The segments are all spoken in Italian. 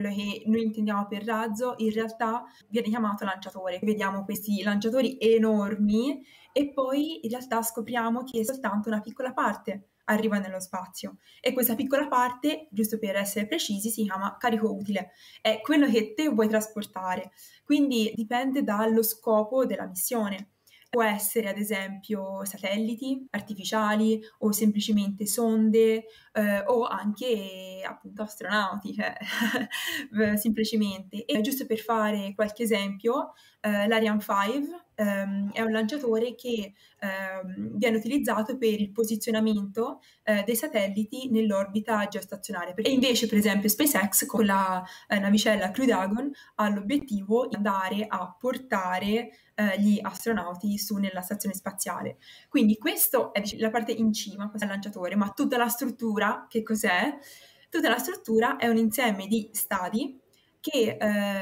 quello che noi intendiamo per razzo in realtà viene chiamato lanciatore. Vediamo questi lanciatori enormi e poi in realtà scopriamo che soltanto una piccola parte arriva nello spazio e questa piccola parte, giusto per essere precisi, si chiama carico utile, è quello che te vuoi trasportare, quindi dipende dallo scopo della missione. Può essere ad esempio satelliti artificiali o semplicemente sonde o anche appunto astronauti, cioè semplicemente. E giusto per fare qualche esempio, l'Ariane 5 è un lanciatore che viene utilizzato per il posizionamento dei satelliti nell'orbita geostazionaria. E invece, per esempio, SpaceX con la navicella Crew Dragon ha l'obiettivo di andare a portare gli astronauti su nella stazione spaziale. Quindi questo è la parte in cima, questo è il lanciatore, ma tutta la struttura, che cos'è? Tutta la struttura è un insieme di stadi che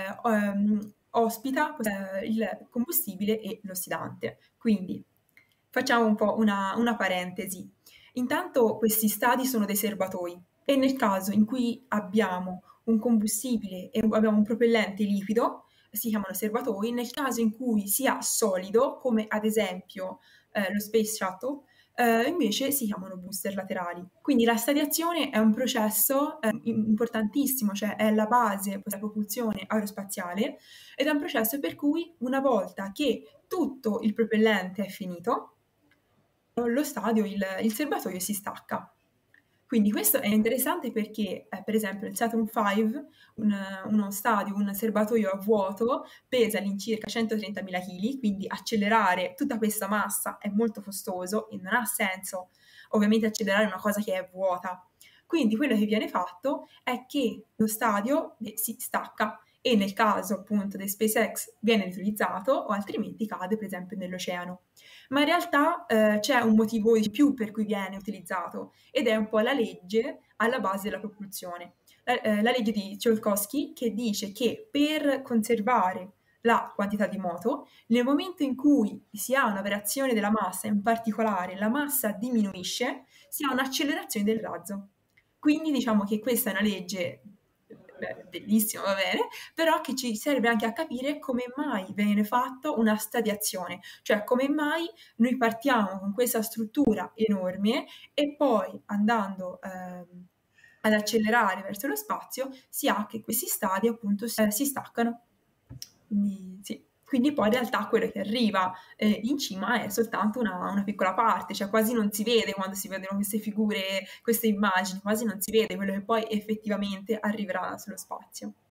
ospita il combustibile e l'ossidante. Quindi facciamo un po' una parentesi. Intanto questi stadi sono dei serbatoi e nel caso in cui abbiamo un combustibile e abbiamo un propellente liquido, si chiamano serbatoi. Nel caso in cui sia solido, come ad esempio lo Space Shuttle, invece si chiamano booster laterali. Quindi la stadiazione è un processo importantissimo, cioè è la base della propulsione aerospaziale ed è un processo per cui una volta che tutto il propellente è finito, lo stadio, il serbatoio si stacca. Quindi questo è interessante perché, per esempio, il Saturn V, uno stadio, un serbatoio a vuoto, pesa all'incirca 130.000 kg, quindi accelerare tutta questa massa è molto costoso e non ha senso, ovviamente, accelerare una cosa che è vuota. Quindi quello che viene fatto è che lo stadio si stacca e nel caso appunto del SpaceX viene riutilizzato o altrimenti cade per esempio nell'oceano. Ma in realtà c'è un motivo di più per cui viene utilizzato ed è un po' la legge alla base della propulsione. La legge di Tsiolkovsky che dice che per conservare la quantità di moto, nel momento in cui si ha una variazione della massa, in particolare la massa diminuisce, si ha un'accelerazione del razzo. Quindi diciamo che questa è una legge bellissima, va bene, però che ci serve anche a capire come mai viene fatta una stadiazione, cioè come mai noi partiamo con questa struttura enorme e poi andando ad accelerare verso lo spazio si ha che questi stadi appunto si staccano. Quindi, sì. Quindi poi in realtà quello che arriva in cima è soltanto una piccola parte, cioè quasi non si vede quando si vedono queste figure, queste immagini, quasi non si vede quello che poi effettivamente arriverà sullo spazio.